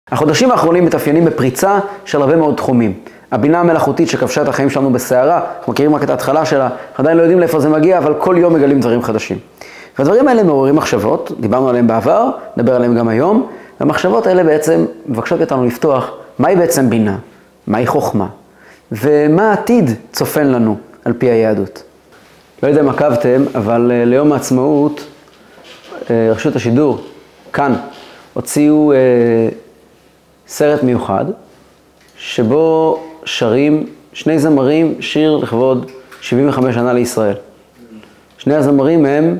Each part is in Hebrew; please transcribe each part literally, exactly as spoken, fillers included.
החודשים האחרונים מתאפיינים בפריצה של הרבה מאוד תחומים. הבינה המלאכותית שכבשה את החיים שלנו בסערה, אנחנו מכירים רק את ההתחלה שלה, עדיין לא יודעים לאיפה זה מגיע, אבל כל יום מגלים דברים חדשים. והדברים האלה מעוררים מחשבות, דיברנו עליהם בעבר, נדבר עליהם גם היום, והמחשבות האלה בעצם מבקשות אותנו לפתוח מהי בעצם בינה, מהי חוכמה, ומה העתיד צופן לנו על פי היהדות. לא יודע אם עקבתם, אבל ליום העצמאות, רשות השידור, כאן, הוציאו סרט מיוחד, שבו שרים שני זמרים שיר לכבוד שבעים וחמש שנה לישראל. שני הזמרים הם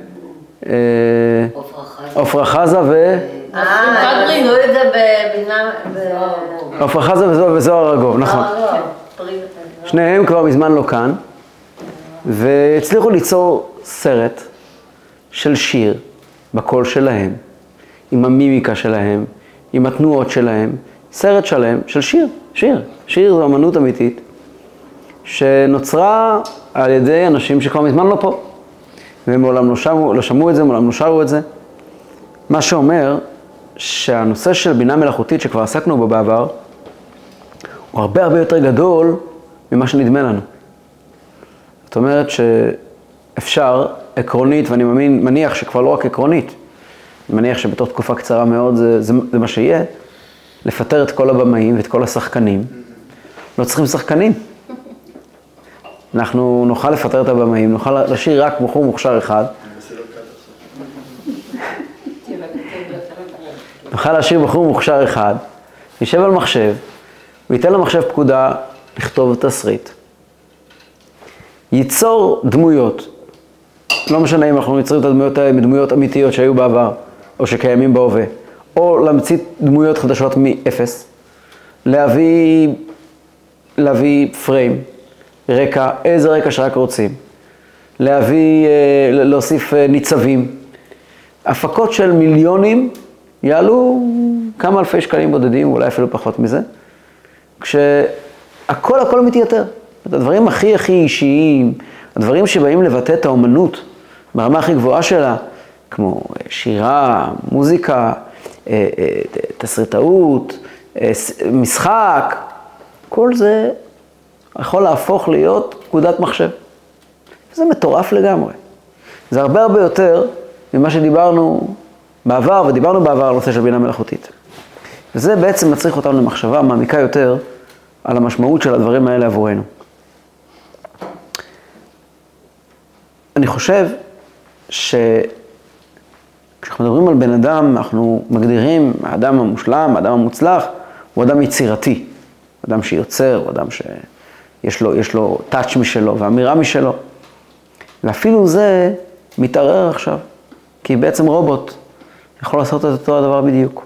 עופרה חזה ו... אה, עשו את זה בבינה... עופרה חזה וזוהר ארגוב, נכון. שניהם כבר מזמן לא כאן, והצליחו ליצור סרט של שיר בקול שלהם, עם המימיקה שלהם, עם התנועות שלהם, סרט שלם של שיר, שיר. שיר זו אמנות אמיתית, שנוצרה על ידי אנשים שכבר מזמן לא פה. והם מעולם לא שמעו, לא שמעו את זה, מעולם לא שרו את זה. מה שאומר שהנושא של בינה מלאכותית שכבר עסקנו בו בעבר, הוא הרבה הרבה יותר גדול ממה שנדמה לנו. זאת אומרת שאפשר עקרונית, ואני מאמין, מניח שכבר לא רק עקרונית, אני מניח שבתוך תקופה קצרה מאוד זה, זה, זה מה שיהיה, לפטר את כל הבמאים ואת כל השחקנים. לא צריכים שחקנים. אנחנו נוכל לפטר את הבמאים, נוכל לשיר רק בחור מוכשר אחד. נוכל לשיר בחור מוכשר אחד, יישב על מחשב, וייתן למחשב פקודה לכתוב תסריט. ייצור דמויות. לא משנה אם אנחנו ייצרים את הדמויות האלה מדמויות אמיתיות שהיו בעבר, או שקיימים בהווה. או להמציא דמויות חדשות מאפס, להביא, להביא פריים, רקע, איזה רקע שרק רוצים, להביא, להוסיף ניצבים. הפקות של מיליונים יעלו כמה אלפי שקלים בודדים, אולי אפילו פחות מזה, כשהכל הכל מתייתר. את הדברים הכי הכי אישיים, הדברים שבאים לבטא את האומנות ברמה הכי גבוהה שלה, כמו שירה, מוזיקה, תסריטאות, משחק, כל זה יכול להפוך להיות פקודת מחשב. זה מטורף לגמרי. זה הרבה הרבה יותר ממה שדיברנו בעבר, ודיברנו בעבר על נושא של בינה מלאכותית. וזה בעצם מצריך אותנו למחשבה מעמיקה יותר על המשמעות של הדברים האלה עבורנו. אני חושב ש... כשאנחנו מדברים על בן אדם, אנחנו מגדירים האדם המושלם, האדם המוצלח, הוא אדם יצירתי. אדם שיוצר, הוא אדם שיש לו, יש לו טאץ' משלו ואמירה משלו. ואפילו זה מתערער עכשיו, כי בעצם רובוט יכול לעשות את אותו הדבר בדיוק.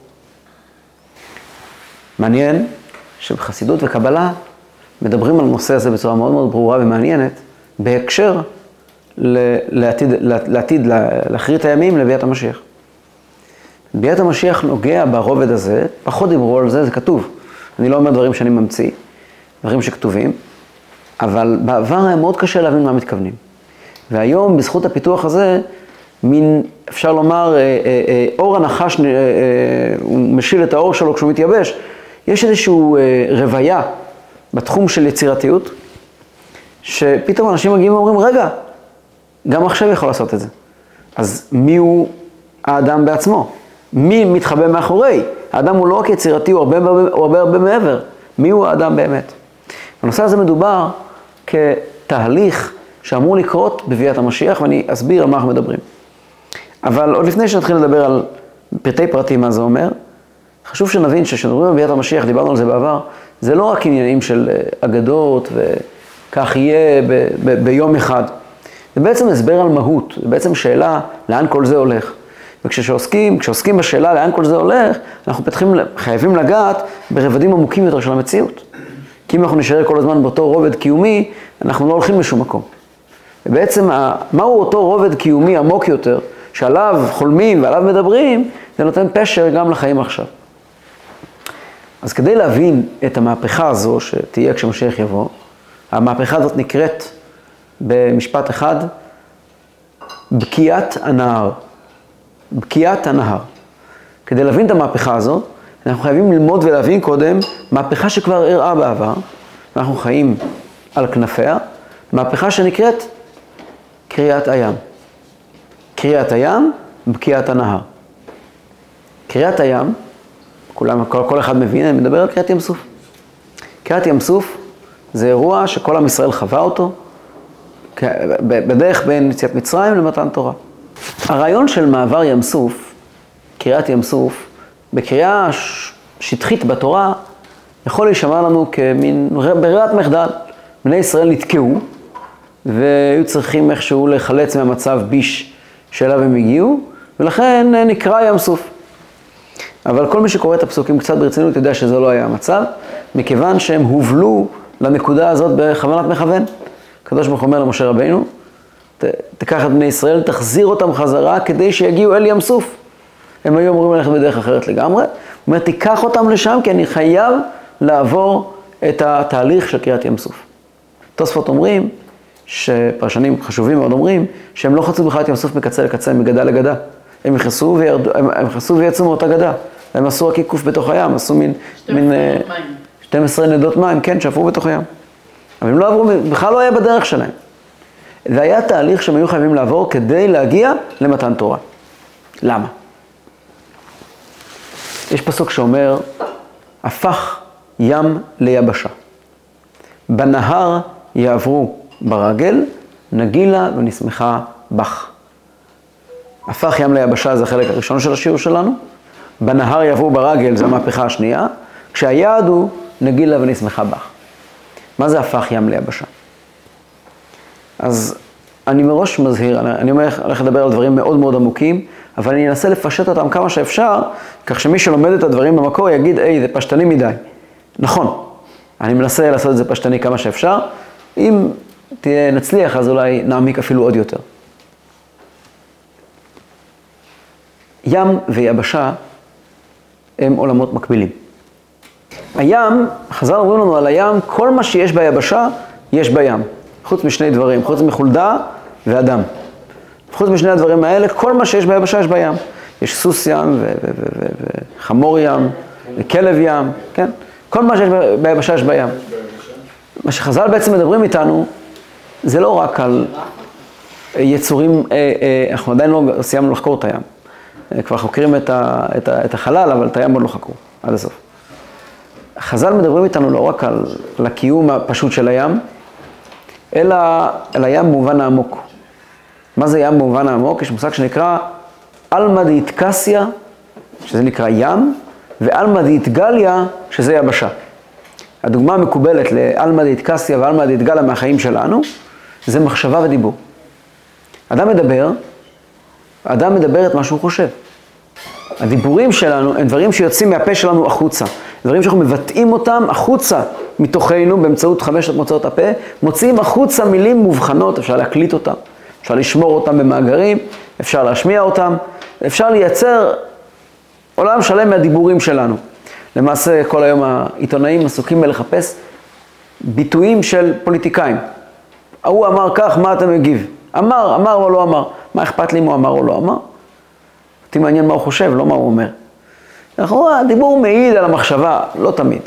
מעניין שבחסידות וקבלה מדברים על נושא הזה בצורה מאוד מאוד ברורה ומעניינת, בהקשר לעתיד, לעתיד להכרית הימים לביאת המשיח. ביאת המשיח נוגע ברובד הזה, פחות דיברו על זה, זה כתוב. אני לא אומר דברים שאני ממציא, דברים שכתובים, אבל בעבר היה מאוד קשה להבין מה מתכוונים. והיום, בזכות הפיתוח הזה, מין, אפשר לומר, אור הנחש, הוא משיל את האור שלו כשהוא מתייבש. יש איזשהו רוויה בתחום של יצירתיות, שפתאום אנשים מגיעים ואומרים, רגע, גם עכשיו יכול לעשות את זה. אז מי הוא האדם בעצמו? מי מתחבא מאחורי? האדם הוא לא רק יצירתי, הוא הרבה הרבה, הוא הרבה, הרבה מעבר. מי הוא האדם באמת? הנושא הזה מדובר כתהליך שאמור לקרות בביאת המשיח, ואני אסביר על מה אנחנו מדברים. אבל עוד לפני שנתחיל לדבר על פרטי פרטים מה זה אומר, חשוב שנבין שכשמדברים על ביאת המשיח, דיברנו על זה בעבר, זה לא רק עניינים של אגדות וכך יהיה ב- ב- ביום אחד. זה בעצם הסבר על מהות, זה בעצם שאלה לאן כל זה הולך. וכשעוסקים, כשעוסקים בשאלה לאן כל זה הולך, אנחנו פתחים, חייבים לגעת ברבדים עמוקים יותר של המציאות. כי אם אנחנו נשאר כל הזמן באותו רובד קיומי, אנחנו לא הולכים לשום מקום. ובעצם, מהו אותו רובד קיומי עמוק יותר, שעליו חולמים ועליו מדברים, זה נותן פשר גם לחיים עכשיו. אז כדי להבין את המהפכה הזו שתהיה כשמשיח יבוא, המהפכה הזאת נקראת במשפט אחד, בקיעת הנהר. בקיעת הנהר. כדי להבין את המהפכה הזו, אנחנו חייבים ללמוד ולהבין קודם מהפכה שכבר אירעה בעבר, אנחנו חיים על כנפיה, מהפכה שנקראת קריאת הים. קריאת הים, בקיעת הנהר. קריאת הים, כולם, כל, כל אחד מבין, אני מדבר על קריאת ים סוף. קריאת ים סוף זה אירוע שכל עם ישראל חווה אותו, בדרך בין יציאת מצרים למתן תורה. הרעיון של מעבר ים סוף, קריאת ים סוף, בקריאה שטחית בתורה, יכול להישמע לנו כמין ברירת מחדל. בני ישראל נתקעו, והיו צריכים איכשהו לחלץ מהמצב ביש שאליו הם הגיעו, ולכן נקרא ים סוף. אבל כל מי שקורא את הפסוקים קצת ברצינות יודע שזה לא היה המצב, מכיוון שהם הובלו לנקודה הזאת בכוונת מכוון. הקדוש ברוך הוא אומר למשה רבינו, תקח את בני ישראל, תחזיר אותם חזרה כדי שיגיעו אל ים סוף. הם היו אמורים ללכת בדרך אחרת לגמרי. הוא אומר, תיקח אותם לשם כי אני חייב לעבור את התהליך של קריאת ים סוף. תוספות אומרים, שפרשנים חשובים מאוד אומרים, שהם לא חצו בכלל את ים סוף מקצה לקצה, מגדה לגדה. הם נכנסו וירדו, הם, הם נכנסו ויצאו מאותה גדה. הם עשו רק עיקוף בתוך הים, עשו מין... מין שתים עשרה נדות מים, כן, שפרו בתוך הים. אבל הם לא עברו, בכלל לא היה בדרך שלהם. זה היה תהליך שהם היו חייבים לעבור כדי להגיע למתן תורה. למה? יש פסוק שאומר, הפך ים ליבשה. בנהר יעברו ברגל, נגילה ונשמחה בך. הפך ים ליבשה זה החלק הראשון של השיעור שלנו. בנהר יעברו ברגל זה המהפכה השנייה. כשהיעד הוא נגילה ונשמחה בך. מה זה הפך ים ליבשה? אז אני מראש מזהיר, אני אומר, הולך לדבר על דברים מאוד מאוד עמוקים, אבל אני אנסה לפשט אותם כמה שאפשר, כך שמי שלומד את הדברים במקור יגיד, היי, זה פשטני מדי. נכון, אני מנסה לעשות את זה פשטני כמה שאפשר, אם תהיה נצליח, אז אולי נעמיק אפילו עוד יותר. ים ויבשה הם עולמות מקבילים. הים, חז"ל אומרים לנו על הים, כל מה שיש ביבשה, יש בים. חוץ משני דברים, חוץ מחולדה ואדם. חוץ משני הדברים האלה, כל מה שיש ביבשה יש בים. יש סוס ים וחמור ים וכלב ים, כן? כל מה שיש ביבשה יש בים. מה שחז"ל בעצם מדברים איתנו, זה לא רק על יצורים, אנחנו עדיין לא סיימנו לחקור את הים. כבר חוקרים את, ה, את, ה, את החלל, אבל את הים עוד לא חקרו, עד הסוף. חז"ל מדברים איתנו לא רק על, על הקיום הפשוט של הים, אלא על הים במובן העמוק. מה זה ים במובן העמוק? יש מושג שנקרא אלמא דאיטקסיה, שזה נקרא ים, ואלמא דאיטגליה, שזה יבשה. הדוגמה המקובלת לאלמא דאיטקסיה ואלמא דאיטגליה מהחיים שלנו, זה מחשבה ודיבור. אדם מדבר, האדם מדבר את מה שהוא חושב. הדיבורים שלנו הם דברים שיוצאים מהפה שלנו החוצה. דברים שאנחנו מבטאים אותם החוצה מתוכנו באמצעות חמשת מוצאות הפה, מוציאים החוצה מילים מובחנות, אפשר להקליט אותם, אפשר לשמור אותם במאגרים, אפשר להשמיע אותם, אפשר לייצר עולם שלם מהדיבורים שלנו. למעשה כל היום העיתונאים עסוקים בלחפש ביטויים של פוליטיקאים. הוא אמר כך, מה אתה מגיב? אמר, אמר או לא אמר. מה אכפת לי אם הוא אמר או לא אמר? אותי מעניין מה הוא חושב, לא מה הוא אומר. אנחנו, הדיבור מעיד על המחשבה, לא תמיד.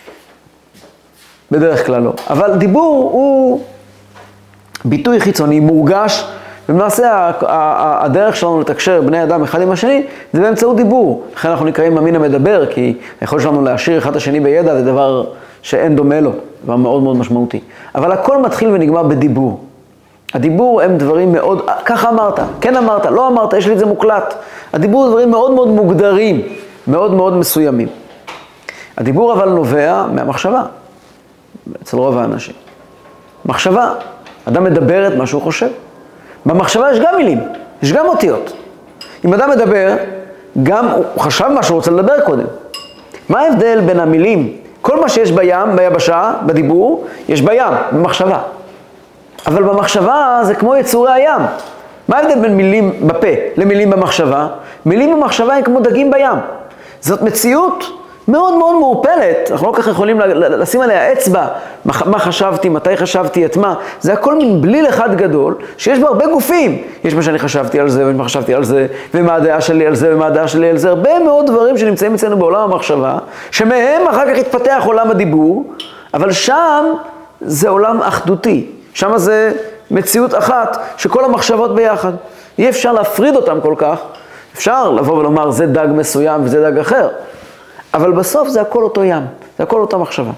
בדרך כלל לא. אבל דיבור הוא ביטוי חיצוני, מורגש, ולמעשה הדרך שלנו לתקשר בני אדם אחד עם השני, זה באמצעות דיבור. לכן אנחנו נקראים המין המדבר, כי היכול שלנו להשאיר אחד השני בידע, זה דבר שאין דומה לו, דבר מאוד מאוד משמעותי. אבל הכל מתחיל ונגמר בדיבור. הדיבור הם דברים מאוד, ככה אמרת, כן אמרת, לא אמרת, יש לי את זה מוקלט. הדיבור זה דברים מאוד מאוד מוגדרים, מאוד מאוד מסוימים. הדיבור אבל נובע מהמחשבה, אצל רוב האנשים. מחשבה, אדם מדבר את מה שהוא חושב. במחשבה יש גם מילים, יש גם אותיות. אם אדם מדבר, גם הוא חשב מה שהוא רוצה לדבר קודם. מה ההבדל בין המילים? כל מה שיש בים, ביבשה, בדיבור, יש בים, במחשבה. אבל במחשבה זה כמו יצורי הים. מה ההבדל בין מילים בפה למילים במחשבה? מילים במחשבה הם כמו דגים בים. זאת מציאות מאוד מאוד מעורפלת, אנחנו לא כך יכולים לשים עליה אצבע, מה חשבתי, מתי חשבתי, את מה, זה הכל מין בליל אחד גדול, שיש בו הרבה גופים, יש מה שאני חשבתי על זה, ומה חשבתי על זה, ומה הדעה שלי על זה, ומה הדעה שלי על זה, הרבה מאוד דברים שנמצאים אצלנו בעולם המחשבה, שמהם אחר כך התפתח עולם הדיבור, אבל שם זה עולם אחדותי, שם זה מציאות אחת, שכל המחשבות ביחד, אי אפשר להפריד אותם כל כך, אפשר לבוא ולומר זה דג מסוים וזה דג אחר, אבל בסוף זה הכל אותו ים, זה הכל אותה מחשבה.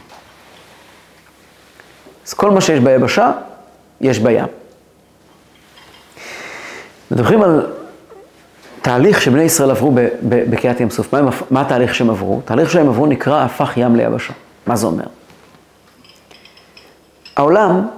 אז כל מה שיש ביבשה, יש בים. מדברים על תהליך שבני ישראל עברו בקריעת ים סוף. מה, מה התהליך שהם עברו? התהליך שהם עברו נקרא הפך ים ליבשה. מה זה אומר? העולם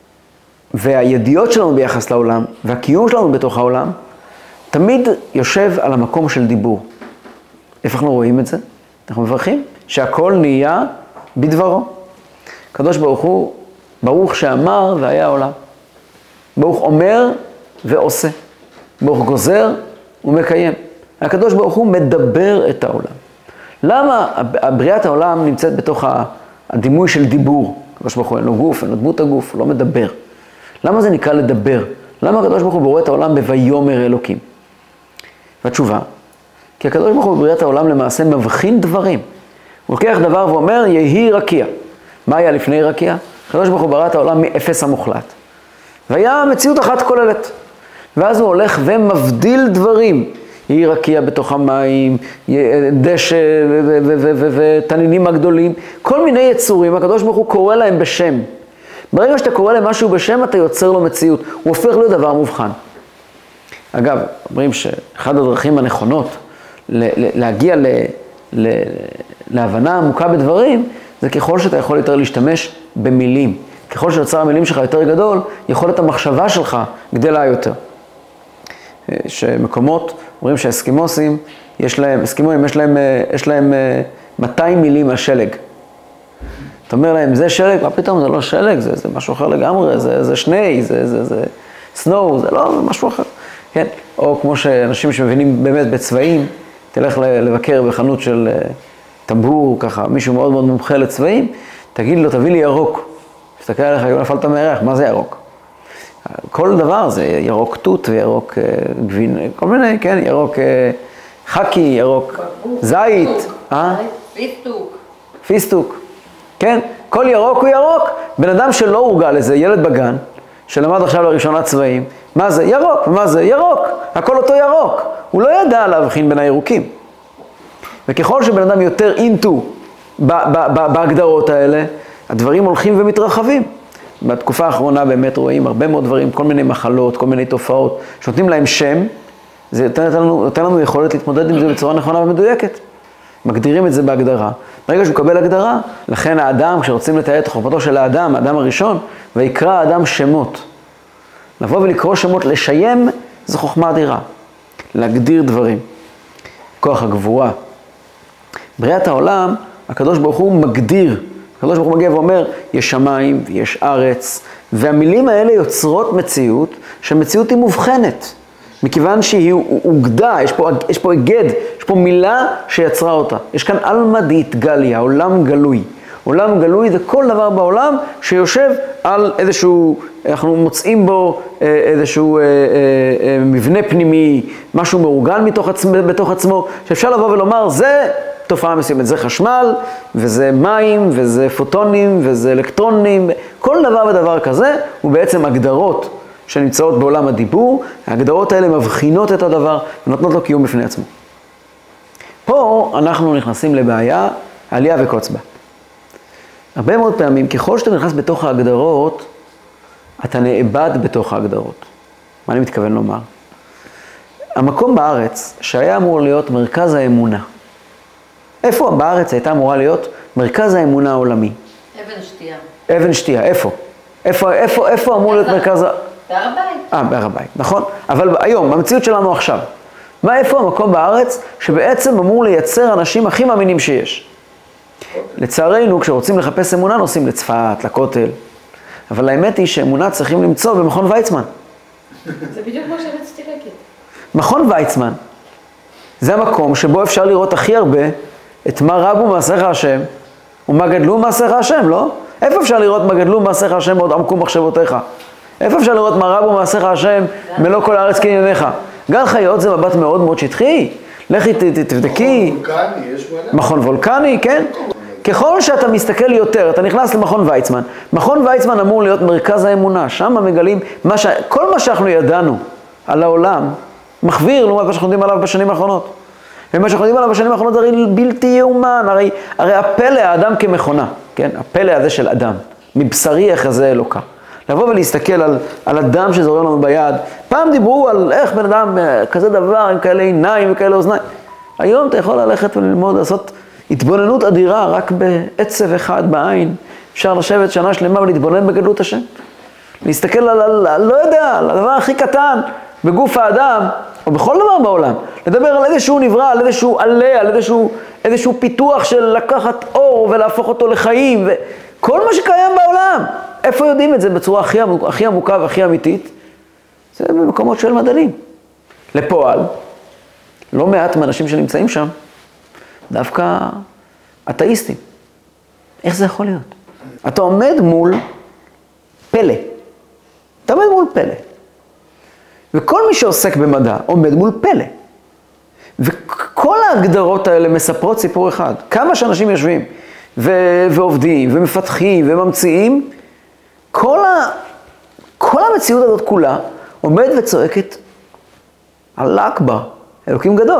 והידיעות שלנו ביחס לעולם והקיום שלנו בתוך העולם תמיד יושב על המקום של דיבור. איפה אנחנו רואים את זה? אנחנו מברכים שהכל נהיה בדברו. הקדוש ברוך הוא, ברוך שאמר והיה העולם. ברוך אומר ועושה. ברוך גוזר ומקיים. הקדוש ברוך הוא מדבר את העולם. למה בריאת העולם נמצאת בתוך הדימוי של דיבור? הקדוש ברוך הוא אין לו גוף, אין לו דמות הגוף, הוא לא מדבר. למה זה נקרא לדבר? למה הקדוש ברוך הוא בורא את העולם בויאמר אלוקים? והתשובה, כי הקדוש ברוך הוא בבריאת העולם למעשה מבחין דברים. הוא לוקח דבר ואומר, יהי רקיע. מה היה לפני רקיע? הקדוש ברוך הוא ברא את העולם מאפס המוחלט. והיה מציאות אחת כוללת. ואז הוא הולך ומבדיל דברים. יהי רקיע בתוך המים, דשא ותנינים הגדולים. כל מיני יצורים, הקדוש ברוך הוא קורא להם בשם. ברגע שאתה קורא להם משהו בשם, אתה יוצר לו מציאות. הוא הופך להיות דבר מובחן. אגב, אומרים שאחד הדרכים הנכונות להגיע ל, ל, להבנה עמוקה בדברים, זה ככל שאתה יכול יותר להשתמש במילים. ככל שיוצר המילים שלך יותר גדול, יכולת המחשבה שלך גדלה יותר. שמקומות, אומרים שהאסקימוסים, יש להם, אסקימואים, יש להם, יש להם מאתיים מילים על שלג. אתה אומר להם, זה שלג? מה פתאום? זה לא שלג, זה, זה משהו אחר לגמרי, זה, זה שני, זה, זה, זה סנואו, זה לא משהו אחר. כן? או כמו שאנשים שמבינים באמת בצבעים, תלך לבקר בחנות של טמבור, ככה, מישהו מאוד מאוד מומחה לצבעים, תגיד לו, תביא לי ירוק. תסתכל עליך, אם נפלת מהירח, מה זה ירוק? כל דבר זה ירוק תות וירוק גבין, כל מיני, כן, ירוק חקי, ירוק זית. פיסטוק. פיסטוק. כן, כל ירוק הוא ירוק. בן אדם שלא הורגל לזה, ילד בגן, שלמד עכשיו לראשונה צבעים, מה זה? ירוק. מה זה? ירוק. הכל אותו ירוק. הוא לא ידע להבחין בין הירוקים. וככל שבן אדם יותר אינטו בהגדרות האלה, הדברים הולכים ומתרחבים. בתקופה האחרונה באמת רואים הרבה מאוד דברים, כל מיני מחלות, כל מיני תופעות, שנותנים להם שם, זה נותן לנו, נותן לנו יכולת להתמודד עם זה בצורה נכונה ומדויקת. מגדירים את זה בהגדרה. ברגע שהוא מקבל הגדרה, לכן האדם, כשרוצים לתאר את חוכמתו של האדם, האדם הראשון, ויקרא האדם שמות. לבוא ולקרוא שמות, לשיים, זו חוכמה אדירה. להגדיר דברים. כוח הגבורה. בריאת העולם, הקדוש ברוך הוא מגדיר. הקדוש ברוך הוא מגיע ואומר, יש שמיים ויש ארץ, והמילים האלה יוצרות מציאות, שהמציאות היא מובחנת. מכיוון שהיא הוגדה, יש פה, יש פה הגד, יש פה מילה שיצרה אותה. יש כאן אלמא דאיתגליה, עולם גלוי. עולם גלוי זה כל דבר בעולם שיושב על איזשהו, אנחנו מוצאים בו איזשהו מבנה פנימי, משהו מאורגן מתוך עצמו, בתוך עצמו, שאפשר לבוא ולומר, זה תופעה מסוימת, זה חשמל, וזה מים, וזה פוטונים, וזה אלקטרונים, כל דבר ודבר כזה הוא בעצם הגדרות שנמצאות בעולם הדיבור, ההגדרות האלה מבחינות את הדבר ונותנות לו קיום בפני עצמו. פה אנחנו נכנסים לבעיה, עלייה וקוץ בה. הרבה מאוד פעמים, ככל שאתה נכנס בתוך ההגדרות, אתה נאבד בתוך ההגדרות. מה אני מתכוון לומר? המקום בארץ שהיה אמור להיות מרכז האמונה. איפה בארץ הייתה אמורה להיות מרכז האמונה העולמי? אבן שתייה. אבן שתייה, איפה? איפה, איפה, איפה אמור להיות מרכז ה... בהר הבית. אה, בהר הבית, נכון. אבל היום, במציאות שלנו עכשיו, מה איפה המקום בארץ שבעצם אמור לייצר אנשים הכי מאמינים שיש? לצערנו, כשרוצים לחפש אמונה, נוסעים לצפת, לכותל. אבל האמת היא שאמונה צריכים למצוא במכון ויצמן. זה בדיוק מה שרציתי להגיד. מכון ויצמן, זה המקום שבו אפשר לראות הכי הרבה את מה רבו מעשיך השם, ומה גדלו מעשיך השם, לא? איפה אפשר לראות מה גדלו מעשיך השם עוד עמקו מחשבותיך? איפה אפשר לראות מה רבו מעשיך השם מלוא כל הארץ קנייניך? גן חיות זה מבט מאוד מאוד שטחי. לכי תבדקי. מכון וולקני, יש מלא. מכון וולקני, כן. ככל שאתה מסתכל יותר, אתה נכנס למכון ויצמן. מכון ויצמן אמור להיות מרכז האמונה. שם מגלים, מה ש... כל מה שאנחנו ידענו על העולם, מחוויר לעומת מה שאנחנו יודעים עליו בשנים האחרונות. ומה שאנחנו יודעים עליו בשנים האחרונות זה הרי בלתי יאומן. הרי, הרי הפלא האדם כמכונה, כן? הפלא הזה של אדם, מבשרי יחזה אלוקה. לבוא ולהסתכל על, על אדם שזורם לנו ביד. פעם דיברו על איך בן אדם כזה דבר, עם כאלה עיניים וכאלה אוזניים. היום אתה יכול ללכת וללמוד, לעשות התבוננות אדירה רק בעצב אחד בעין. אפשר לשבת שנה שלמה ולהתבונן בגדלות השם. להסתכל על, על, על, לא יודע, על הדבר הכי קטן בגוף האדם, או בכל דבר בעולם. לדבר על איזשהו נברא, על איזשהו עלה, על איזשהו, איזשהו פיתוח של לקחת אור ולהפוך אותו לחיים, וכל מה שקיים בעולם. איפה יודעים את זה בצורה הכי, הכי עמוקה והכי אמיתית? זה במקומות של מדענים. לפועל, לא מעט מהאנשים שנמצאים שם, דווקא אתאיסטים. איך זה יכול להיות? אתה עומד מול פלא. אתה עומד מול פלא. וכל מי שעוסק במדע עומד מול פלא. וכל ההגדרות האלה מספרות סיפור אחד. כמה שאנשים יושבים ו- ועובדים ומפתחים וממציאים, כל, ה- כל המציאות הזאת כולה עומד וצועקת אללה אכבר, אלוקים גדול.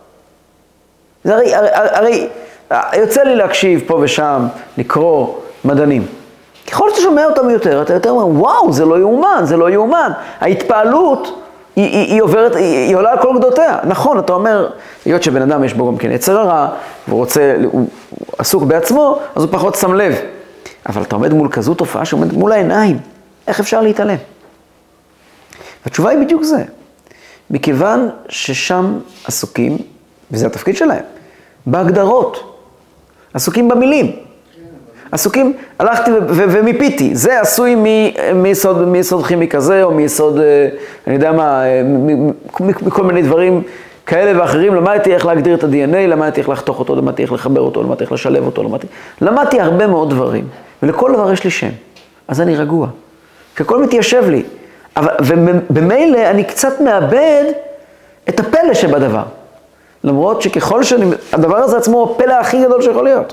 זה הרי, הרי, הרי יוצא לי להקשיב פה ושם, לקרוא מדענים. ככל שאתה שומע אותם יותר, אתה יותר אומר, וואו, זה לא יאומן, זה לא יאומן. ההתפעלות היא, היא, היא עוברת, היא, היא עולה על כל גדותיה. נכון, אתה אומר, היות שבן אדם יש בו גם כן יצר הרע, והוא רוצה, הוא עסוק בעצמו, אז הוא פחות שם לב. אבל אתה עומד מול כזו תופעה שעומדת מול העיניים. איך אפשר להתעלם? התשובה היא בדיוק זה. מכיוון ששם עסוקים, וזה התפקיד שלהם, בהגדרות, עסוקים במילים. עסוקים, הלכתי ומיפיתי, זה עשוי מיסוד, מיסוד כימי כזה, או מיסוד, אני יודע מה, מכל מיני דברים כאלה ואחרים. למדתי איך להגדיר את ה-די אן איי, למדתי איך לחתוך אותו, למדתי איך לחבר אותו, למדתי איך לשלב אותו, למדתי, למדתי הרבה מאוד דברים, ולכל דבר יש לי שם, אז אני רגוע, כי הכל מתיישב לי, אבל, ובמילא אני קצת מאבד את הפלא שבדבר, למרות שככל שאני, הדבר הזה עצמו הוא הפלא הכי גדול שיכול להיות.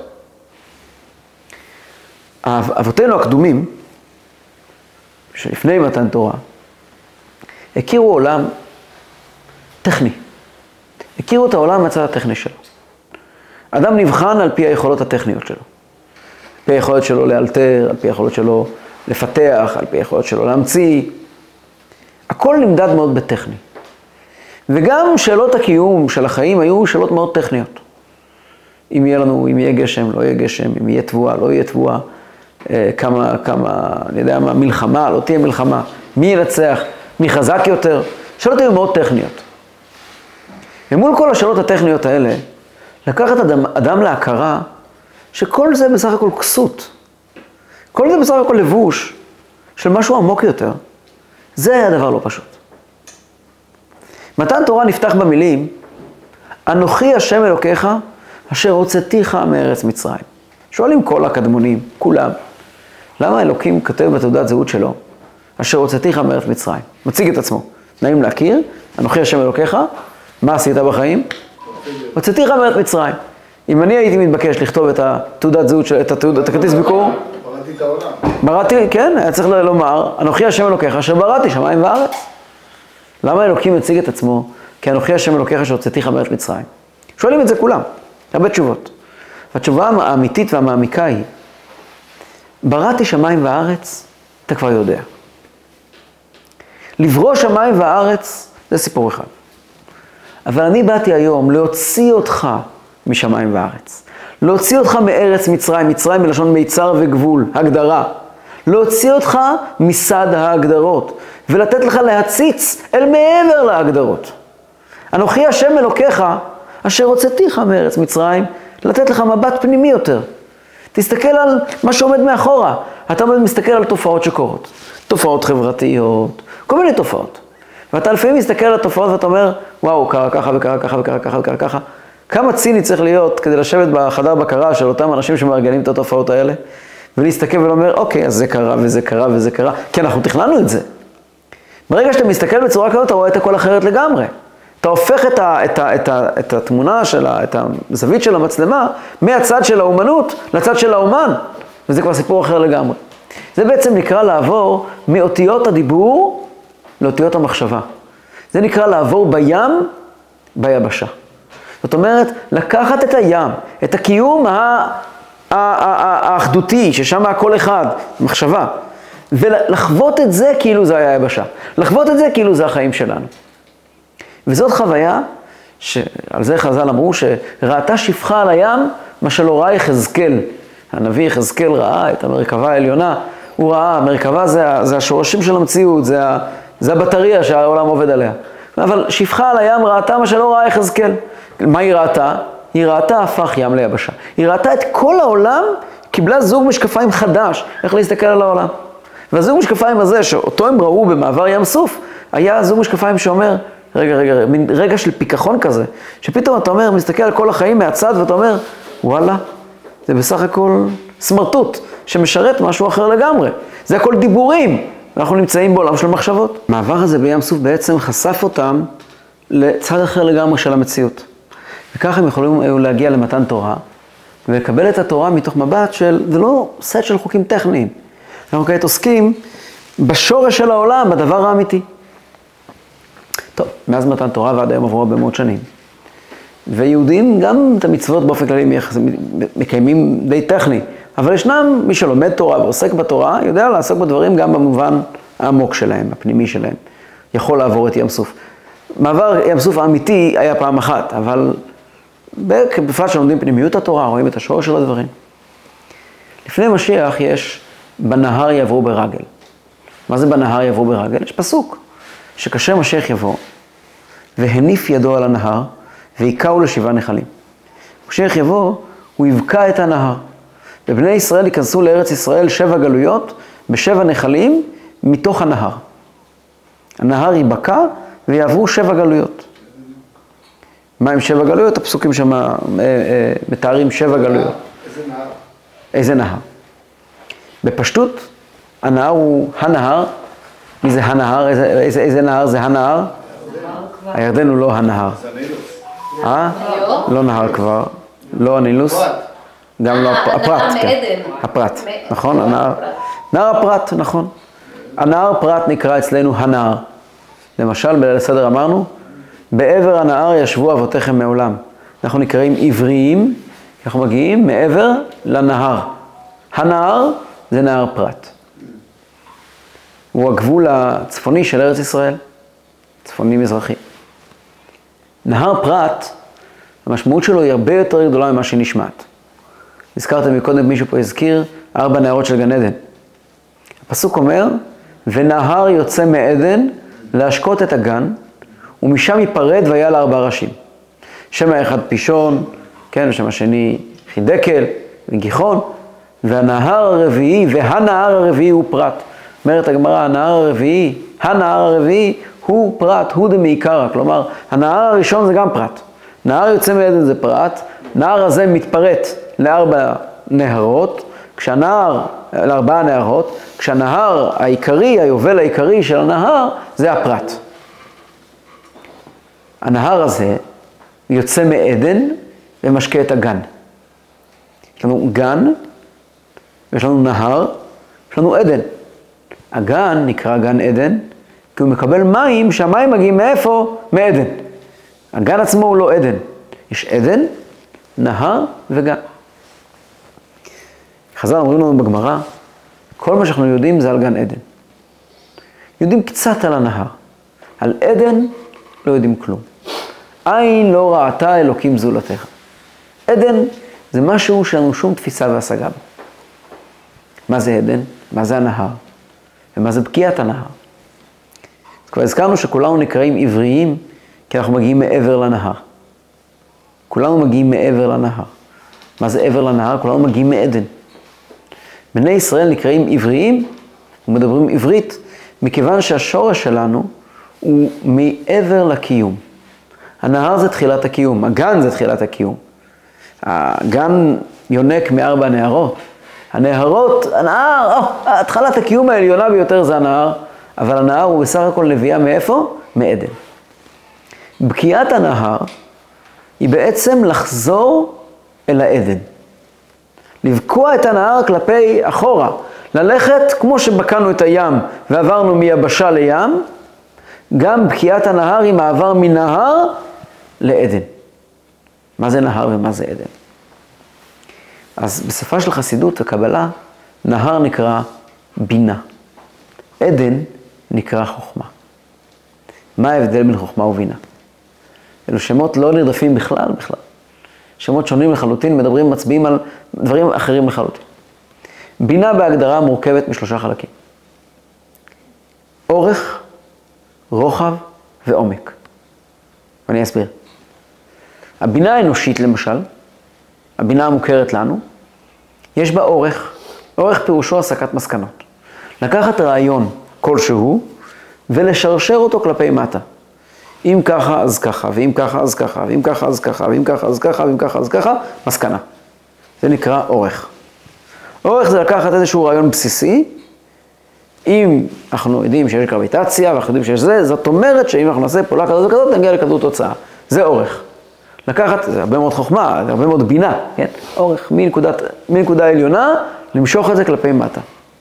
אבותינו הקדומים, שלפני מתן תורה, הכירו עולם טכני. הכירו את העולם מהצד הטכני שלו. אדם נבחן על פי היכולות הטכניות שלו. על פי היכולות שלו לאלתר, על פי היכולות שלו לפתח, על פי היכולות שלו להמציא. הכל נמדד מאוד בטכני. וגם שאלות הקיום של החיים היו שאלות מאוד טכניות. אם יהיה לנו, אם יהיה גשם, לא יהיה גשם, אם יהיה תבואה, לא יהיה תבואה. כמה, כמה, אני יודע מה, מלחמה, לא תהיה מלחמה, מי ינצח, מי חזק יותר, שאלות היו מאוד טכניות. ומול כל השאלות הטכניות האלה, לקחת אדם, אדם להכרה, שכל זה בסך הכל כסות, כל זה בסך הכל לבוש, של משהו עמוק יותר, זה היה דבר לא פשוט. מתן תורה נפתח במילים, אנוכי השם אלוקיך, אשר הוצאתיך מארץ מצרים. שואלים כל הקדמונים, כולם, למה אלוקים כותב בתעודת זהות שלו, אשר הוצאתיך מארץ מצרים? מציג את עצמו. נעים להכיר, אנוכי השם אלוקיך, מה עשית בחיים? הוצאתיך מארץ מצרים. אם אני הייתי מתבקש לכתוב את התעודת זהות, את התעודת, את הכרטיס ביקור, בראתי את העולם. בראתי, כן, היה צריך לומר, אנוכי השם אלוקיך, אשר בראתי שמיים וארץ. למה אלוקים מציג את עצמו, כי אנוכי השם אלוקיך, אשר הוצאתיך מארץ מצרים? שואלים את זה כולם, הרבה תשובות. והתשובה האמיתית והמעמיקה היא, בראתי שמיים וארץ, אתה כבר יודע. לברוא שמיים וארץ, זה סיפור אחד. אבל אני באתי היום להוציא אותך משמיים וארץ. להוציא אותך מארץ מצרים, מצרים מלשון מיצר וגבול, הגדרה. להוציא אותך מסד ההגדרות, ולתת לך להציץ אל מעבר להגדרות. אנוכי השם אלוקיך, אשר הוצאתיך מארץ מצרים, לתת לך מבט פנימי יותר. תסתכל על מה שעומד מאחורה. אתה מסתכל על תופעות שקורות. תופעות חברתיות, כל מיני תופעות. ואתה לפעמים מסתכל על התופעות ואתה אומר, וואו, קרה ככה וקרה ככה וקרה ככה וקרה ככה. כמה ציני צריך להיות כדי לשבת בחדר בקרה של אותם אנשים שמארגנים את התופעות האלה, ולהסתכל ולומר, אוקיי, אז זה קרה וזה קרה וזה קרה, כי אנחנו תכננו את זה. ברגע שאתה מסתכל בצורה כזאת, אתה רואה את הכל אחרת לגמרי. אתה הופך את, ה, את, ה, את, ה, את התמונה, שלה, את הזווית של המצלמה, מהצד של האומנות לצד של האומן, וזה כבר סיפור אחר לגמרי. זה בעצם נקרא לעבור מאותיות הדיבור לאותיות המחשבה. זה נקרא לעבור בים, ביבשה. זאת אומרת, לקחת את הים, את הקיום האחדותי, ששם הכל אחד, מחשבה, ולחוות את זה כאילו זה היה יבשה. לחוות את זה כאילו זה החיים שלנו. וזאת חוויה, שעל זה חז"ל אמרו, שראתה שפחה על הים, מה שלא ראה יחזקאל. הנביא יחזקאל ראה את המרכבה העליונה, הוא ראה, המרכבה זה, זה השורשים של המציאות, זה, זה הבטריה שהעולם עובד עליה. אבל שפחה על הים ראתה מה שלא ראה יחזקאל. מה היא ראתה? היא ראתה הפך ים ליבשה. היא ראתה את כל העולם, קיבלה זוג משקפיים חדש, איך להסתכל על העולם. והזוג משקפיים הזה, שאותו הם ראו במעבר ים סוף, היה זוג משקפיים שאומר, רגע, רגע, רגע, מין רגע של פיקחון כזה, שפתאום אתה אומר, מסתכל על כל החיים מהצד, ואתה אומר, וואלה, זה בסך הכל סמרטוט, שמשרת משהו אחר לגמרי. זה הכל דיבורים, ואנחנו נמצאים בעולם של מחשבות. המעבר הזה בים סוף בעצם חשף אותם לצד אחר לגמרי של המציאות. וככה הם יכולים היו להגיע למתן תורה, ולקבל את התורה מתוך מבט של, זה לא סט של חוקים טכניים. אנחנו כעת עוסקים בשורש של העולם, בדבר האמיתי. טוב, מאז מתן תורה ועד היום עברו הרבה מאוד שנים. ויהודים גם את המצוות באופן כללי מקיימים די טכני, אבל ישנם מי שלומד תורה ועוסק בתורה, יודע לעסוק בדברים גם במובן העמוק שלהם, הפנימי שלהם. יכול לעבור את ים סוף. מעבר ים סוף האמיתי היה פעם אחת, אבל בפרט שלומדים פנימיות התורה, רואים את השורש של הדברים. לפני משיח יש בנהר יעברו ברגל. מה זה בנהר יעברו ברגל? יש פסוק, שכאשר משיח יבוא, והניף ידו על הנהר, ויקעו לשבעה נחלים. משיח יבוא, הוא יבקע את הנהר. ובני ישראל ייכנסו לארץ ישראל שבע גלויות, בשבע נחלים, מתוך הנהר. הנהר ייבקע, ויעברו שבע גלויות. מה עם שבע גלויות? הפסוקים שם אה, אה, מתארים שבע גלויות. איזה נהר? איזה נהר? בפשטות, הנהר הוא הנהר. מי זה הנהר? איזה, איזה, איזה נהר זה הנהר? הירדן הוא לא הנהר. זה הנילוס. אה? לא נהר כבר. לא הנילוס. גם לא הפרת. כן. הפרת, נכון? הנהר. נהר הפרת, נכון. הנהר פרת נקרא אצלנו הנהר. למשל, בליל הסדר אמרנו, בעבר הנהר ישבו אבותיכם מעולם. אנחנו נקראים עבריים, אנחנו מגיעים מעבר לנהר. הנהר זה נהר פרת. הוא הגבול הצפוני של ארץ ישראל, צפוני מזרחי. נהר פרת, המשמעות שלו היא הרבה יותר גדולה ממה שנשמעת. הזכרתם מקודם, מישהו פה הזכיר, ארבע נהרות של גן עדן. הפסוק אומר, ונהר יוצא מעדן להשקות את הגן, ומשם ייפרד והיה לה ארבע ראשים. שם האחד פישון, כן, ושם השני חידקל וגיחון, והנהר הרביעי, והנהר הרביעי הוא פרת. אומרת הגמרא, הנהר הרביעי, הנהר הרביעי הוא פרת, הוא דמעיקרא. כלומר, הנהר הראשון זה גם פרת. נהר יוצא מעדן זה פרת, נהר הזה מתפרט לארבע נהרות, כשהנהר, לארבעה נהרות, כשהנהר העיקרי, היובל העיקרי של הנהר, זה הפרת. הנהר הזה יוצא מעדן ומשקה את הגן. יש לנו גן, יש לנו נהר, יש לנו עדן. הגן נקרא גן עדן, כי הוא מקבל מים, שהמים מגיעים מאיפה? מעדן. הגן עצמו הוא לא עדן. יש עדן, נהר וגן. חז"ל אומרים לנו בגמרא, כל מה שאנחנו יודעים זה על גן עדן. יודעים קצת על הנהר. על עדן לא יודעים כלום. עין לא ראתה אלוקים זולתך. עדן זה משהו שאין לנו שום תפיסה והשגה בו. מה זה עדן? מה זה הנהר? ומה זה בקיעת הנהר? כבר הזכרנו שכולנו נקראים עבריים, כי אנחנו מגיעים מעבר לנהר. כולנו מגיעים מעבר לנהר. מה זה עבר לנהר? כולנו מגיעים מעדן. בני ישראל נקראים עבריים ומדברים עברית, מכיוון שהשורש שלנו הוא מעבר לקיום. הנהר זה תחילת הקיום, הגן זה תחילת הקיום. הגן יונק מארבע נהרות. הנהרות, הנהר, או, התחלת הקיום העליונה ביותר זה הנהר, אבל הנהר הוא בסך הכל נביאה מאיפה? מעדן. בקיעת הנהר היא בעצם לחזור אל העדן. לבקוע את הנהר כלפי אחורה, ללכת כמו שבקענו את הים ועברנו מיבשה לים, גם בקיעת הנהר היא מעבר מנהר לעדן. מה זה נהר ומה זה עדן? אז בשפה של חסידות וקבלה, נהר נקרא בינה. עדן נקרא חוכמה. מה ההבדל בין חוכמה ובינה? אלו שמות לא נרדפים בכלל, בכלל. שמות שונים לחלוטין, מדברים, מצביעים על דברים אחרים לחלוטין. בינה בהגדרה מורכבת משלושה חלקים. אורך, רוחב ועומק. ואני אסביר. הבינה האנושית למשל, הבינה המוכרת לנו, יש בה אורך. אורך פירושו הסקת מסקנות. לקחת רעיון כלשהו ולשרשר אותו כלפי מטה. אם ככה אז ככה, ואם ככה אז ככה, ואם ככה אז ככה, ואם ככה אז ככה, ואם ככה אז ככה, מסקנה. זה נקרא אורך. אורך זה לקחת איזשהו רעיון בסיסי, אם אנחנו יודעים שיש גרביטציה, ואנחנו יודעים שיש זה, זאת אומרת שאם אנחנו נעשה פעולה כזאת וכזאת, נגיע לכזאת תוצאה. זה אורך. לקחת, זה הרבה מאוד חוכמה, זה הרבה מאוד בינה, כן? אורך מנקודת, מנקודה עליונה, למשוך את זה כלפי מטה.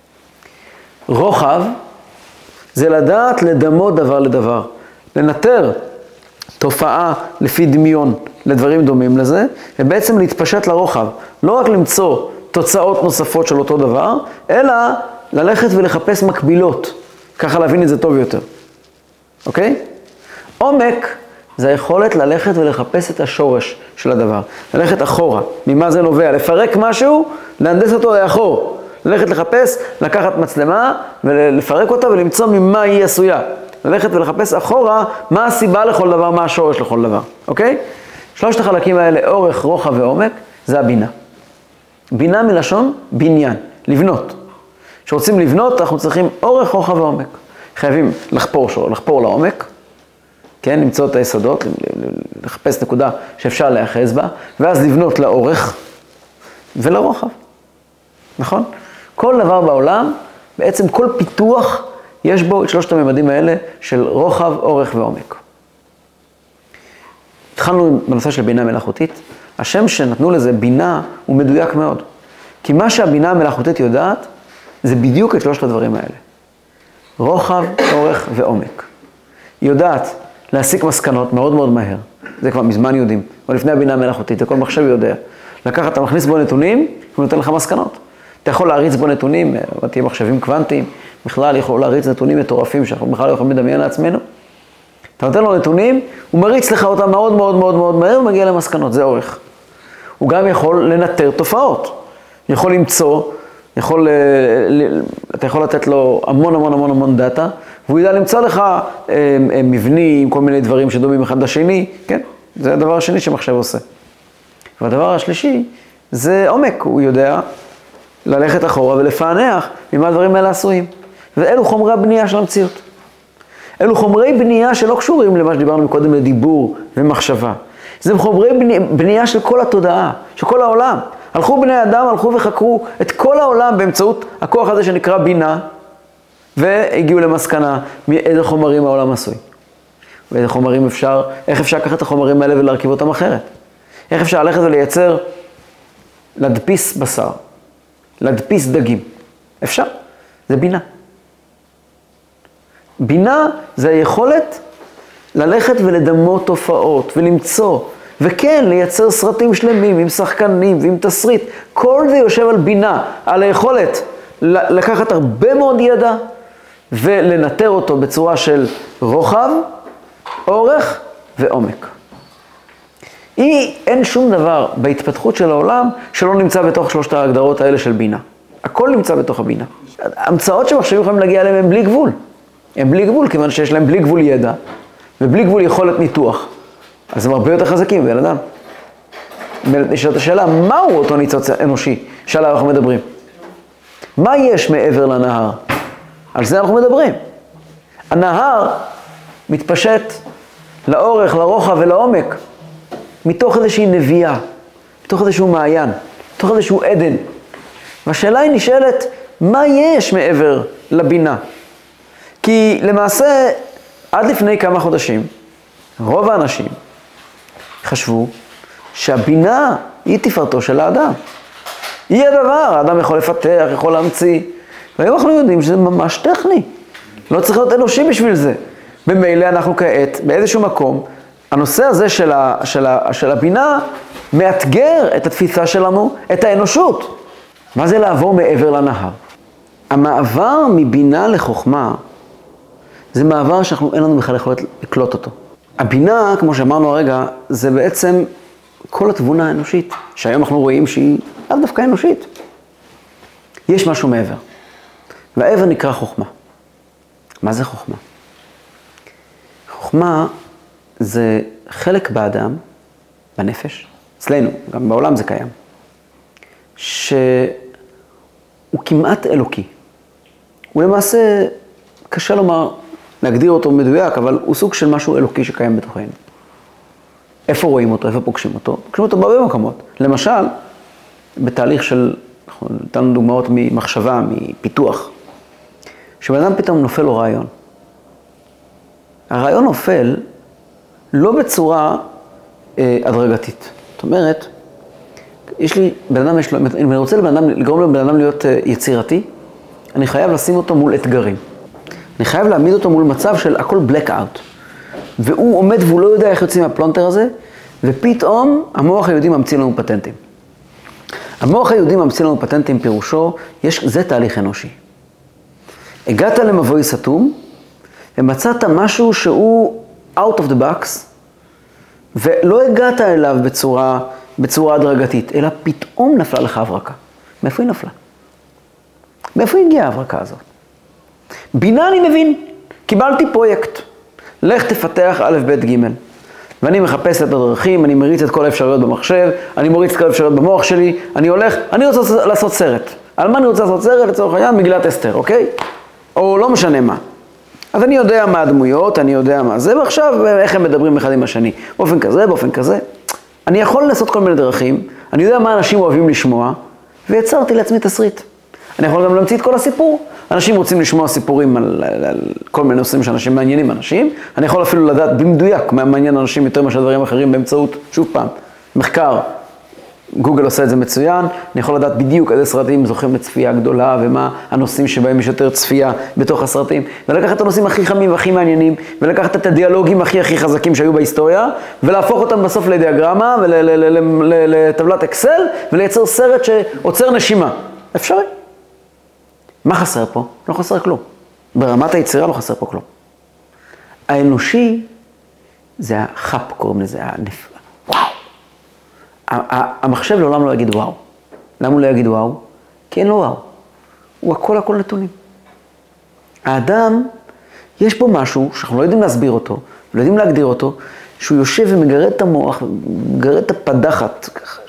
רוחב זה לדעת לדמות דבר לדבר. לנטר תופעה לפי דמיון לדברים דומים לזה, ובעצם להתפשט לרוחב. לא רק למצוא תוצאות נוספות של אותו דבר, אלא ללכת ולחפש מקבילות. ככה להבין את זה טוב יותר. אוקיי? עומק זה היכולת ללכת ולחפש את השורש של הדבר. ללכת אחורה. ממה זה נובע? לפרק משהו, להנדס אותו לאחור. ללכת לחפש, לקחת מצלמה ולפרק אותה ולמצוא ממה היא עשויה. ללכת ולחפש אחורה מה הסיבה לכל דבר, מה השורש לכל דבר. אוקיי? שלושת החלקים האלה, אורך, רוחב ועומק, זה הבינה. בינה מלשון בניין, לבנות. כשרוצים לבנות, אנחנו צריכים אורך, רוחב ועומק. חייבים לחפור שור, לחפור לעומק, כן, למצוא את היסודות, לחפש נקודה שאפשר להיאחז בה, ואז לבנות לאורך ולרוחב. נכון? כל דבר בעולם, בעצם כל פיתוח, יש בו את שלושת הממדים האלה של רוחב, אורך ועומק. התחלנו בנושא של בינה מלאכותית. השם שנתנו לזה בינה הוא מדויק מאוד. כי מה שהבינה המלאכותית יודעת, זה בדיוק את שלושת הדברים האלה. רוחב, אורך ועומק. היא יודעת להסיק מסקנות מאוד מאוד מהר. זה כבר מזמן יודעים. או לפני הבינה המלאכותית, זה כל מחשב יודע. לקחת, אתה מכניס בו נתונים, הוא נותן לך מסקנות. אתה יכול להריץ בו נתונים, תהיה מחשבים קוונטיים, בכלל יכול להריץ נתונים מטורפים שאנחנו בכלל לא יכולים לדמיין לעצמנו. אתה נותן לו נתונים, הוא מריץ לך אותם מאוד מאוד מאוד מאוד מהר ומגיע למסקנות, זה אורך. הוא גם יכול לנטר תופעות. יכול למצוא, יכול, אתה יכול לתת לו המון המון המון המון דאטה, והוא ידע למצוא לך מבנים, כל מיני דברים שדומים אחד לשני, כן? זה הדבר השני שמחשב עושה. והדבר השלישי זה עומק, הוא יודע ללכת אחורה ולפענח ממה הדברים האלה עשויים. ואלו חומרי הבנייה של המציאות. אלו חומרי בנייה שלא קשורים למה שדיברנו קודם לדיבור ומחשבה. זה חומרי בנייה של כל התודעה, של כל העולם. הלכו בני אדם, הלכו וחקרו את כל העולם באמצעות הכוח הזה שנקרא בינה, והגיעו למסקנה מאיזה חומרים העולם עשוי. ואיזה חומרים אפשר, איך אפשר לקחת את החומרים האלה ולהרכיב אותם אחרת. איך אפשר ללכת ולייצר, להדפיס בשר, להדפיס דגים. אפשר, זה בינה. בינה זה היכולת ללכת ולדמות תופעות ולמצוא, וכן לייצר סרטים שלמים עם שחקנים ועם תסריט. כל זה יושב על בינה, על היכולת לקחת הרבה מאוד ידע ולנטר אותו בצורה של רוחב, אורך ועומק. היא, אין שום דבר בהתפתחות של העולם שלא נמצא בתוך שלושת ההגדרות האלה של בינה. הכל נמצא בתוך הבינה. המצאות שמחשבים יכולים להגיע אליהם הם בלי גבול. הם בלי גבול, כיוון שיש להם בלי גבול ידע, ובלי גבול יכולת ניתוח. אז הם הרבה יותר חזקים, בן אדם. נשאלת השאלה, מהו אותו ניצוץ אנושי שעליו אנחנו מדברים? מה יש מעבר לנהר? על זה אנחנו מדברים. הנהר מתפשט לאורך, לרוחב ולעומק, מתוך איזושהי נביאה, מתוך איזשהו מעיין, מתוך איזשהו עדן. והשאלה היא נשאלת, מה יש מעבר לבינה? כי למעשה, עד לפני כמה חודשים, רוב האנשים חשבו שהבינה היא תפארתו של האדם. היא הדבר, האדם יכול לפתח, יכול להמציא. והיום אנחנו יודעים שזה ממש טכני. לא צריך להיות אנושי בשביל זה. במילא אנחנו כעת, באיזשהו מקום, הנושא הזה של, ה, של, ה, של הבינה מאתגר את התפיסה שלנו, את האנושות. מה זה לעבור מעבר לנהר? המעבר מבינה לחוכמה, זה מעבר שאנחנו אין לנו בכלל יכולת לקלוט אותו. הבינה, כמו שאמרנו הרגע, זה בעצם כל התבונה האנושית, שהיום אנחנו רואים שהיא לאו דווקא אנושית. יש משהו מעבר. והעבר נקרא חוכמה. מה זה חוכמה? חוכמה זה חלק באדם, בנפש, אצלנו, גם בעולם זה קיים, שהוא כמעט אלוקי. הוא למעשה, קשה לומר, להגדיר אותו מדויק, אבל הוא סוג של משהו אלוקי שקיים בתוכנו. איפה רואים אותו? איפה פוגשים אותו? פוגשים אותו בהרבה מקומות. למשל, בתהליך של, אנחנו נתנו דוגמאות ממחשבה, מפיתוח, שבאדם פתאום נופל לו רעיון. הרעיון נופל לא בצורה אה, הדרגתית. זאת אומרת, יש לי, בן אדם יש לו, אם אני רוצה לבן אדם, לגרום לבן אדם להיות אה, יצירתי, אני חייב לשים אותו מול אתגרים. אני חייב להעמיד אותו מול מצב של הכל black out. והוא עומד והוא לא יודע איך יוצאים מהפלונטר הזה, ופתאום המוח היהודי ממציא לנו פטנטים. המוח היהודי ממציא לנו פטנטים פירושו, יש, זה תהליך אנושי. הגעת למבוי סתום, ומצאת משהו שהוא out of the box, ולא הגעת אליו בצורה, בצורה הדרגתית, אלא פתאום נפלה לך הברקה. מאיפה היא נפלה? מאיפה היא הגיעה ההברקה הזאת? בינה אני מבין, קיבלתי פרויקט, לך תפתח א' ב' ג' ואני מחפש את הדרכים, אני מריץ את כל האפשרויות במחשב, אני מוריץ את כל האפשרויות במוח שלי, אני הולך, אני רוצה לעשות סרט. על מה אני רוצה לעשות סרט? לצורך העניין, מגילת אסתר, אוקיי? או לא משנה מה. אז אני יודע מה הדמויות, אני יודע מה זה, ועכשיו איך הם מדברים אחד עם השני. באופן כזה, באופן כזה. אני יכול לעשות כל מיני דרכים, אני יודע מה אנשים אוהבים לשמוע, ויצרתי לעצמי תסריט. אני יכול גם להמציא את כל הסיפור. אנשים רוצים לשמוע סיפורים על, על, על כל מיני נושאים שאנשים מעניינים אנשים. אני יכול אפילו לדעת במדויק מה מעניין אנשים יותר מאשר דברים אחרים באמצעות, שוב פעם, מחקר. גוגל עושה את זה מצוין. אני יכול לדעת בדיוק איזה סרטים זוכים לצפייה גדולה ומה הנושאים שבהם יש יותר צפייה בתוך הסרטים. ולקחת את הנושאים הכי חמים והכי מעניינים, ולקחת את הדיאלוגים הכי הכי חזקים שהיו בהיסטוריה, ולהפוך אותם בסוף לדיאגרמה ולטבלת אקסל, ולייצר סרט שעוצר נשימה. אפשרי. מה חסר פה? לא חסר כלום. ברמת היצירה לא חסר פה כלום. האנושי זה החפ, קוראים לזה, הנפלא. וואו. המחשב לעולם לא יגיד וואו. למה הוא לא יגיד וואו? כי אין לו וואו. הוא הכל הכל נתונים. האדם, יש פה משהו שאנחנו לא יודעים להסביר אותו, לא יודעים להגדיר אותו, שהוא יושב ומגרד את המוח, ומגרד את הפדחת.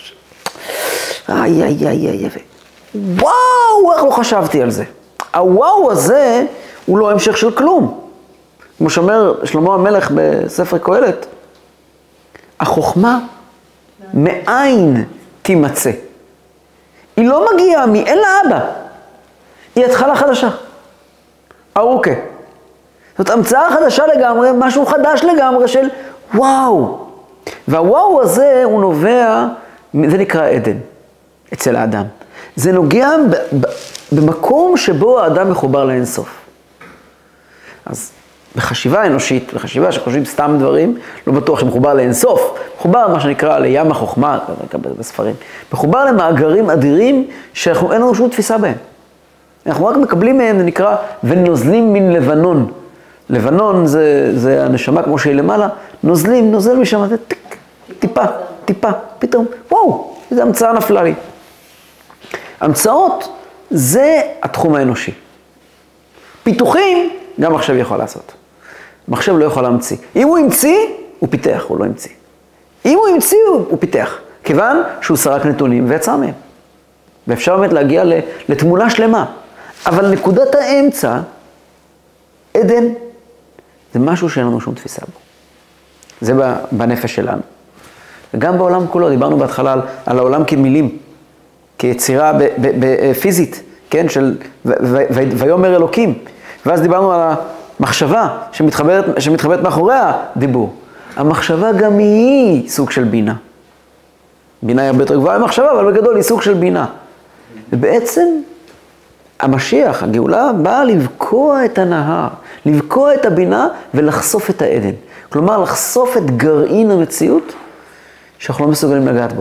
איי, איי, איי, איי, איי. וואו, איך לא חשבתי על זה. הוואו הזה הוא לא המשך של כלום. כמו שאומר שלמה המלך בספר קהלת, החוכמה מאין תימצא. היא לא מגיעה מאין לאבא. היא התחלה חדשה. ארוכה. זאת המצאה חדשה לגמרי, משהו חדש לגמרי של וואו. והוואו הזה הוא נובע, זה נקרא עדן, אצל האדם. זה נוגע ב- ב- במקום שבו האדם מחובר לאינסוף. אז בחשיבה אנושית, בחשיבה שחושבים סתם דברים, לא בטוח שמחובר לאינסוף, מחובר מה שנקרא לים החוכמה, בספרים, מחובר למאגרים אדירים שאנחנו אין לנו שום תפיסה בהם. אנחנו רק מקבלים מהם, זה נקרא, ונוזלים מן לבנון. לבנון זה, זה הנשמה כמו שהיא למעלה, נוזלים, נוזל משם, זה טיק, טיפה, טיפה, פתאום, וואו, איזו המצאה נפלה לי. המצאות זה התחום האנושי. פיתוחים גם מחשב יכול לעשות. מחשב לא יכול להמציא. אם הוא המציא, הוא פיתח, הוא לא המציא. אם הוא המציא, הוא פיתח. כיוון שהוא סרק נתונים ויצא מהם. ואפשר באמת להגיע לתמונה שלמה. אבל נקודת האמצע, עדן, זה משהו שאין לנו שום תפיסה בו. זה בנפש שלנו. וגם בעולם כולו, דיברנו בהתחלה על, על העולם כמילים, כיצירה פיזית, כן, של ויאמר אלוקים. ואז דיברנו על המחשבה שמתחברת, שמתחברת מאחורי הדיבור. המחשבה גם היא סוג של בינה. בינה היא הרבה יותר גבוהה ממחשבה, אבל בגדול היא סוג של בינה. ובעצם המשיח, הגאולה, באה לבקוע את הנהר, לבקוע את הבינה ולחשוף את העדן. כלומר, לחשוף את גרעין המציאות שאנחנו לא מסוגלים לגעת בו.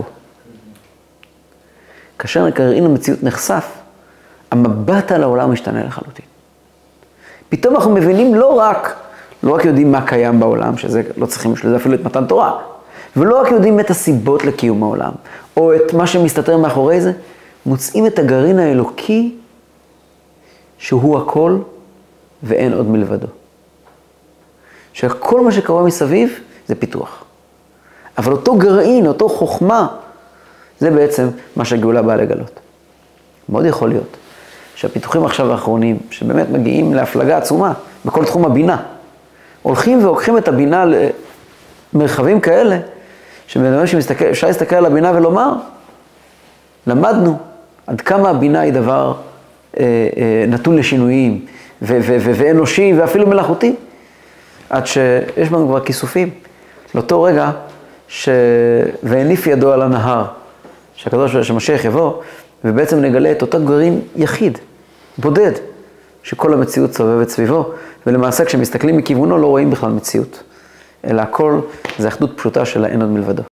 כאשר גרעין המציאות נחשף, המבט על העולם משתנה לחלוטין. פתאום אנחנו מבינים לא רק, לא רק יודעים מה קיים בעולם, שזה לא צריכים לזה אפילו את מתן תורה, ולא רק יודעים את הסיבות לקיום העולם, או את מה שמסתתר מאחורי זה, מוצאים את הגרעין האלוקי שהוא הכל ואין עוד מלבדו. שכל מה שקורה מסביב זה פיתוח. אבל אותו גרעין, אותו חוכמה, זה בעצם מה שהגאולה באה לגלות. מאוד יכול להיות שהפיתוחים עכשיו האחרונים, שבאמת מגיעים להפלגה עצומה בכל תחום הבינה, הולכים ולוקחים את הבינה למרחבים כאלה, שבאמת שאפשר להסתכל על הבינה ולומר, למדנו עד כמה הבינה היא דבר אה, אה, נתון לשינויים, ו- ו- ו- ואנושי ואפילו מלאכותי, עד שיש לנו כבר כיסופים. לאותו רגע, ש... והניף ידו על הנהר, שהקדוש שמשיח יבוא, ובעצם נגלה את אותו גרעין יחיד, בודד, שכל המציאות סובבת סביבו, ולמעשה כשמסתכלים מכיוונו לא רואים בכלל מציאות, אלא הכל זה אחדות פשוטה של האין עוד מלבדו.